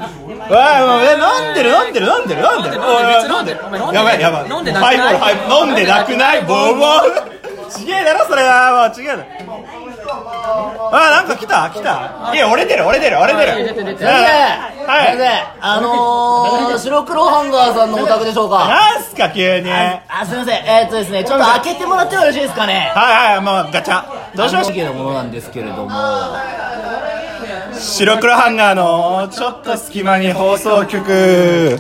飲んでるやばい飲んでなくない飲んでなくないボーボーちげえだろそれはもう違うのなんか来たいや折れてる出て白黒ハンガーさんのお宅でしょうか。 なんすか急にすみません、ですね、ちょっと開けてもらってもよろしいですかね。 まあガチャどうしましたのものなんですけれども、 白黒ハンガーのちょっと隙間に放送局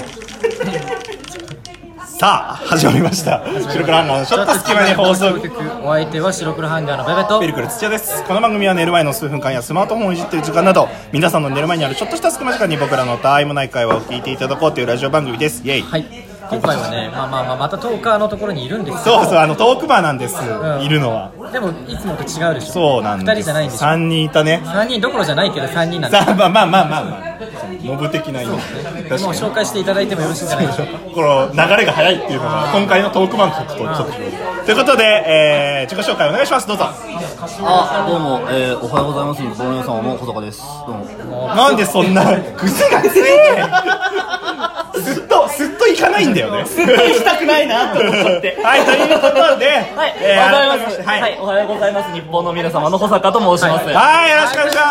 さあ始まりました白黒ハンガーのちょっと隙間に放送局。 お相手は白黒ハンガーのベベとピルクル土屋です。この番組は寝る前の数分間やスマートフォンをいじっている時間など皆さんの寝る前にあるちょっとした隙間時間に僕らのたわいもない会話を聞いていただこうというラジオ番組です。イエイ。 はい、今回はね、またトーカーのところにいるんですけど、 そうトークバーなんです、いるのは。 でもいつもと違うでしょ。 そうなんです。 2人じゃないんでしょ。 3人いたね。 3人どころじゃないけど3人なんです。 まあモブ的な意味で、ね、 もう紹介していただいてもよろしいんじゃないでしょうか。 この流れが早いっていうのが今回のトークバンクとちょっとということで、自己紹介お願いします。どうぞ。 どうも、おはようございます。日本の皆様も小坂です。どうも。 なんでそんな癖が強いすっといかないんだよね。 すっと行きたくないなと思っちゃってはい、ということで、 おはようございます。日本の皆様の小坂と申します。 はい、よろしくお願いし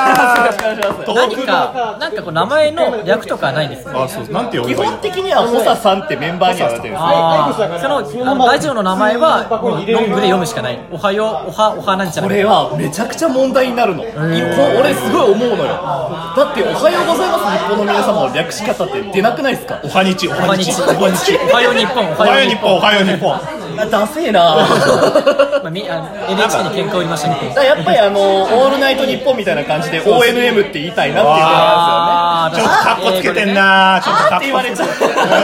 ます。なんかこう名前の略とかないんですか。 そうなんて呼ぶ。 基本的にはホサさんってメンバーには言われてるんです。 そのラジオの名前はロングで読むしかない。おはよう、おはなんちゃら。 これはめちゃくちゃ問題になるの。俺すごい思うのよ。だっておはようございます日本の皆様の略し方って出なくないですか。 おはにち、おはにち、 おはよう日本、 おはよう日本、おはよう日本。 ダセえな。 NHK に喧嘩を売りましたね。 やっぱりオールナイトニッポンみたいな感じで ONM って言いたいなっていうのがあるんですよね。 ちょっとカッコつけてんな。ちょっとカッコって言われちゃう。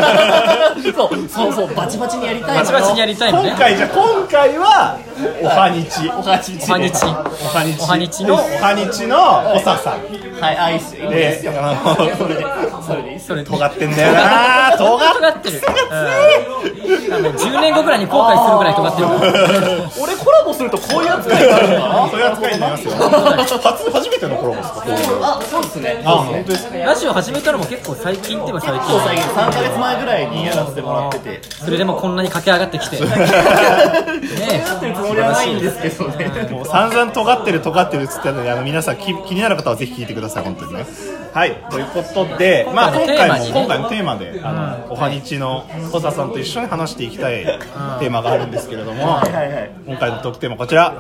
そうバチバチにやりたい。 バチバチにやりたいのね。 今回はおはにち、 おはにちのおささん。 はい、アイスでそれでいい。 それ尖ってんだよな。尖ってる。10年後ぐらいに後悔するぐらい尖ってる。 俺コラボするとこういう扱いになるんだな。 そういう扱いになりますよ。初めてのコラボですか。 そうですね。 本当ですね。 ラジオ始めたのも結構最近って言えば最近。 3ヶ月前ぐらいにやらせてもらってて、 それでもこんなに駆け上がってきて。ねえ。つもりはないんですけどね。 もう散々尖ってるっつってたので、皆さん気になる方はぜひ聞いてください本当にね。はい、ということで、今回のテーマでおはにちの小佐さんと一緒に話していきたいテーマがあるんですけれども、今回のトークテーマこちら。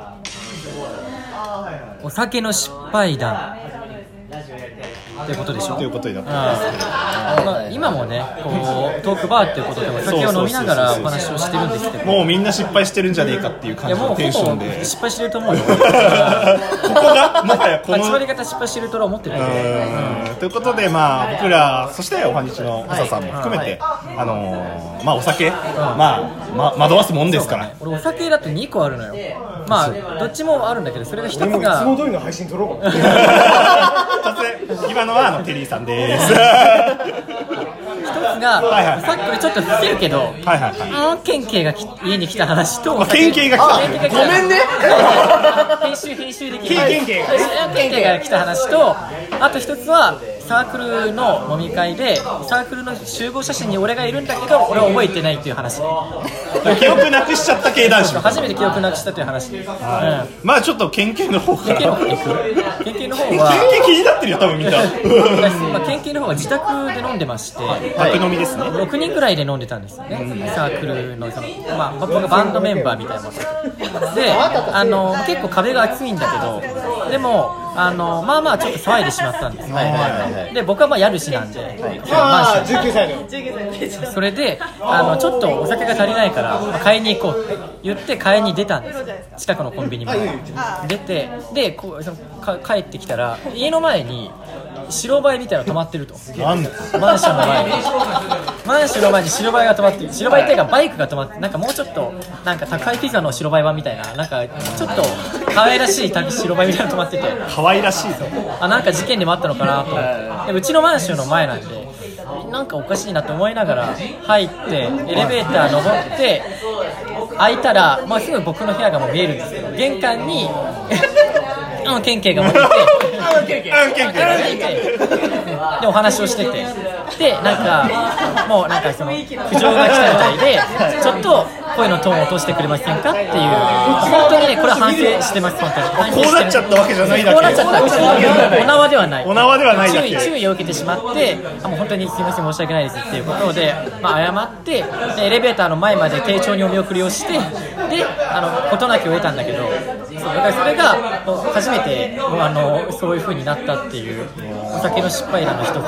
お酒の失敗談っていうことでしょ。 ということになってますけれども、 今もねこうトークバーっていうことでお酒を飲みながらお話をしてるんですけど、 もうみんな失敗してるんじゃねえかっていう感じのテンションで。 失敗してると思うよ。 ここがもはやこの 8割方失敗してるとは思ってる。 ということで、僕らそしておはにちの小佐さんも含めて、お酒、惑わすもんですから。 俺お酒だって2個あるのよ。どっちもあるんだけど、それが一つがいつも通りの配信撮ろう。 今のはテリーさんです。 一つが、さっきこれちょっと伏せるけど、ケンケイが家に来た話と、 ケンケイが来た。 ごめんね。 編集できる。ケンケイが来た話と、あと一つはサークルの飲み会でサークルの集合写真に俺がいるんだけど俺は覚えてないっていう話。 記憶なくしちゃった系男子。 初めて記憶なくしたという話。 ちょっっとケンケンの方から。ケンケンの方はケンケン気になってるよ多分みんな。 ケンケンの方は自宅で飲んでまして、 宅飲みですね。 6人ぐらいで飲んでたんですよね。サークルの僕がバンドメンバーみたいなもので、結構壁が厚いんだけど、でもちょっと騒いでしまったんですよ。で僕は家主なんで、 19歳のそれでちょっとお酒が足りないから買いに行こうって言って買いに出たんですよ。近くのコンビニまで出て、で帰ってきたら家の前に白バイみたいなの止まってると。マンションの前に白バイが止まってる。白バイっていうかバイクが止まって、なんかもうちょっとなんか高いピザの白バイ版みたいな、なんかちょっと可愛らしい白バイみたいなの止まってて、 可愛らしいぞ。 なんか事件でもあったのかなと思って、でうちのマンションの前なんでなんかおかしいなと思いながら入ってエレベーター登って開いたら、すぐ僕の部屋がもう見えるんですけど、玄関にケンケイが持ってて、 でお話をしてて、でなんかもうなんかその苦情が来たみたいで、ちょっと声のトーンを落としてくれませんかっていう、本当にねこれは反省してます。本当にこうなっちゃったわけじゃないだけ。 こうなっちゃったわけじゃない。お縄ではない。 お縄ではないだけ。 注意を受けてしまって、もう本当にすみません申し訳ないですっていうことで、謝ってでエレベーターの前まで丁重にお見送りをして、で事なきを得たんだけど、だからそれが初めてそういう風になったっていうお酒の失敗談の一つ。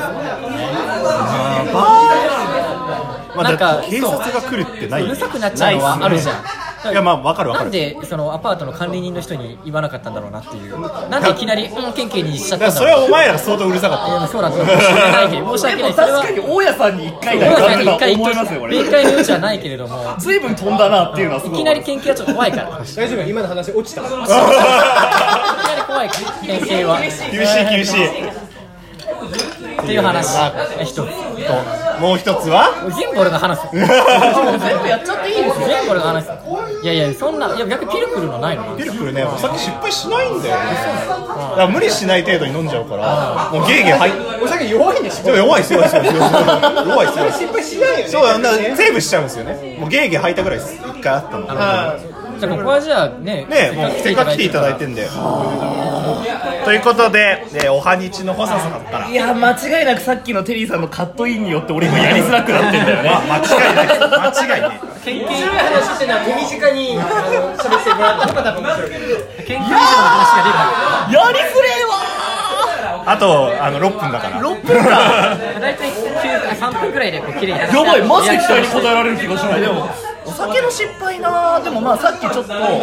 なんか警察が来るってない。 うるさくなっちゃうのはあるじゃん。 いやまあ分かる。 なんでそのアパートの管理人の人に言わなかったんだろうなっていう。なんでいきなりケンケンにしちゃったんだろう。 それはお前らが相当うるさかった。 そうなんですよ。申し訳ないけど、申し訳ない。それは確かに大家さんに1回だけ思いますよ。 弁解の余地はないけれども、 随分飛んだなっていうのはすごい。 いきなり県警はちょっと怖いから。 大丈夫、今の話落ちた。いきなり怖い県警は。 厳しい。 っていう話一つと、 もう一つは全部俺が話す。 全部やっちゃっていいですよ。 全部俺が話す。いやそんな、いや逆にピルクルのないの。 ピルクルね、さっき失敗しないんだよね。だから無理しない程度に飲んじゃうから、もうゲーゲー入っ。 お酒弱いんでしょ。 弱いっすよ。弱いっすよ。 失敗しないよね。 そうだ、セーブしちゃうんですよね。もうゲーゲー吐いたぐらいです。一回あったの。 じゃあここはじゃあねもうせっかく来ていただいてんで。ということで、おはにちの補佐さんから。 いや間違いなくさっきのテリーさんのカットインによって俺今やりづらくなってんだよね。 間違いない。 研究面白い話してたら手短に喋ってもらったのが多分面白い。 研究以上の話が出やりづれえわ。 あと6分だから。 6分か。 だいたい3分くらいでこう綺麗に。 やばい、マジで期待に応えられる気がしない。でもお酒の失敗な。でもまあさっきちょっと他の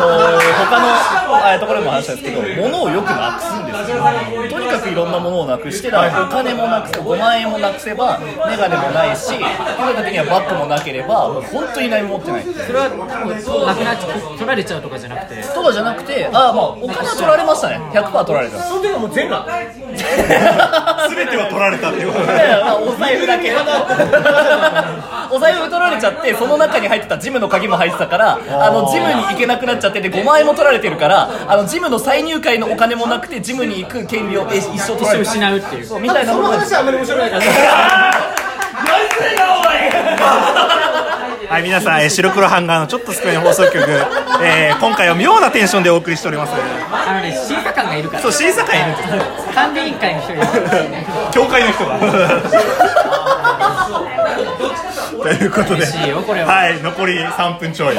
ところでも話したんですけど、物をよくなくすんですよ。とにかくいろんなものをなくして、お金もなくせ、5万円もなくせばメガネもないし、来た時にはバッグもなければもう本当に何も持ってない。 それはなくなっちゃう、取られちゃうとかじゃなくて、 まあお金は取られましたね。 100% 取られた。 その時はもう全裸。 全ては取られたっていうことで。 お財布だけお財布取られちゃって、その中に入ってたジムの鍵も入ってたから、ジムに行けなくなっちゃって、で5万円も取られてるから、ジムの再入会のお金もなくてジムに行く権利を一生として失うっていう。 そうみたいなその話はあんまり面白くないから。 はい、皆さん、白黒ハンガーのちょっと少ない放送局、今回は妙なテンションでお送りしております。 審査官がいるから。 そう、審査官いるんです。 管理委員会の人がいる。 教会の人が。ということで、はい、残り3分ちょい。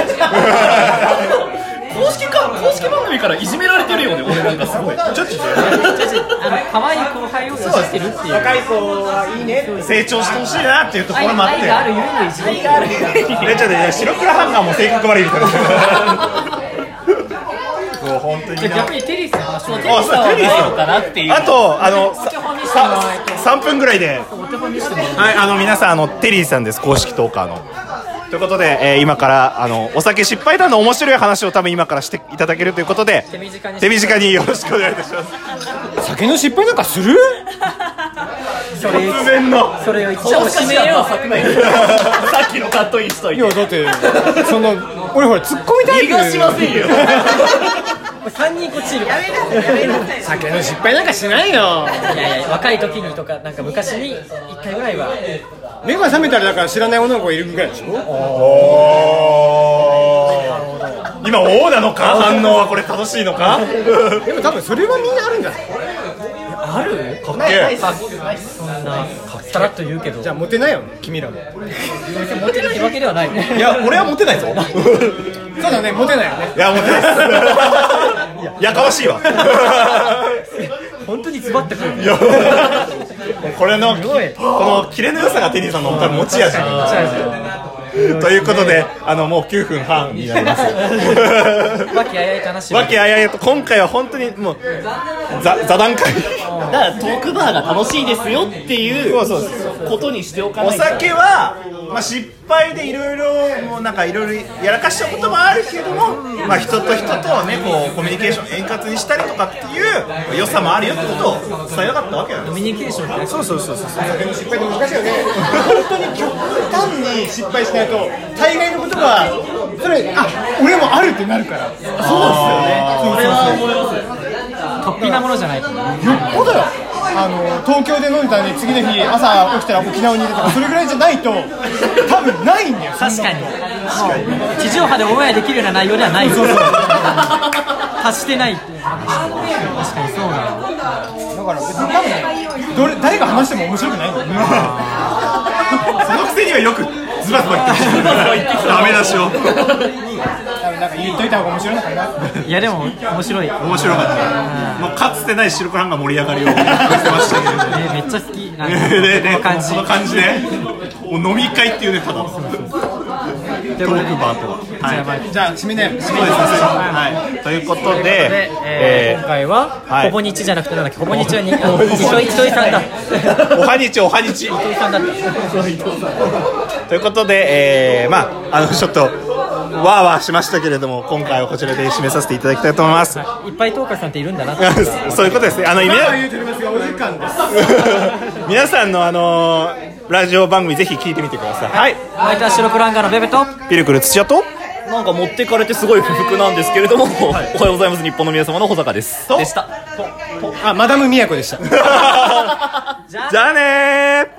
公式番組からいじめられてるよね、俺なんかすごい。 ちょっと可愛い後輩を育ててるっていう。 若い子はいいね。 成長してほしいなっていうところもあって。 愛があるゆえのいじめがある。 ちょっと白黒ハンガーも性格悪いみたいな。そう本当に。 逆にテリーさんの話を。 テリーさんはどうかなっていう。 あと3分ぐらいで。はい、皆さんテリーさんです、公式トーカーの。ということで、今からお酒失敗談の面白い話を多分今からしていただけるということで、手短によろしくお願いいたします。 酒の失敗なんかする？ 突然のそれを一応締めよう。 さっきのカットインしといて。 いやだってその俺ほら突っ込みたい。 逃がしませんよ。 3人こっちいる。 酒の失敗なんかしないよ。 いや若い時にとかなんか昔に1回ぐらいは。 目が覚めたらだから知らない女の子がいるぐらいでしょ。 今王なのか、反応はこれ正しいのか。 でも多分それはみんなあるんじゃない。 ある？ かっけえ。 そんなさらっと言うけど。 じゃあモテないよね、君らも。 モテないわけではない。 いや俺はモテないぞ。 そうだね、モテないよね。 いやモテないです。やかましいわ。 本当にズバッとくる。 これのこのキレの良さがテリーさんの多分持ち味。ということでもう9分半になります。 和気あいあいと話を。 和気あいあいと今回は本当にもう座談会。 だからトークバーが楽しいですよっていうことにしておかないと。 お酒は失敗でいろいろもうなんかいろいろやらかしたこともあるけども、人と人とねこうコミュニケーション円滑にしたりとかっていう良さもあるよってことを伝えなかったわけなんです。 コミュニケーションって。 そう。 酒の失敗って難しいよね。本当に極端に失敗しないと大概のことがそれ俺もあるってなるから。そうですよね。 それは思います。 突飛なものじゃないと思う。 よっぽどよ。東京で飲んだね、次の日朝起きたら沖縄にいるとか、それぐらいじゃないと多分ないんだよ。 確かに地上波でオンエアできるような内容ではない。達してないっていう。確かにそうなの。 だから別に多分誰が話しても面白くないんだよ。 そのくせにはよくズバズバ言ってきたダメ出しをなんか言っといた方が面白いのかな。 いやでも面白い。 面白かった。もうかつてない白黒ハンが盛り上がりをしてましたけれどもめっちゃ好きなんかこの感じね。もう飲み会っていうね、ただトークバーとは。 じゃあ締めね。 そうですね。はい。ということで、 今回はほぼ日じゃなくてなんだっけ、ほぼ日は糸井さんだ。 おはにち。 糸井さんだった。 ということで、まあちょっとわーわーしましたけれども、今回はこちらで締めさせていただきたいと思います。 いっぱいトーカーさんっているんだな。 そういうことですね。皆さんのラジオ番組ぜひ聞いてみてください。はい。 お相手は白黒ハンガーのベベとピルクル土屋と。 なんか持ってかれてすごい不服なんですけれども、おはようございます日本の皆様の保坂ですでした。 マダム宮子でした。 じゃあねー。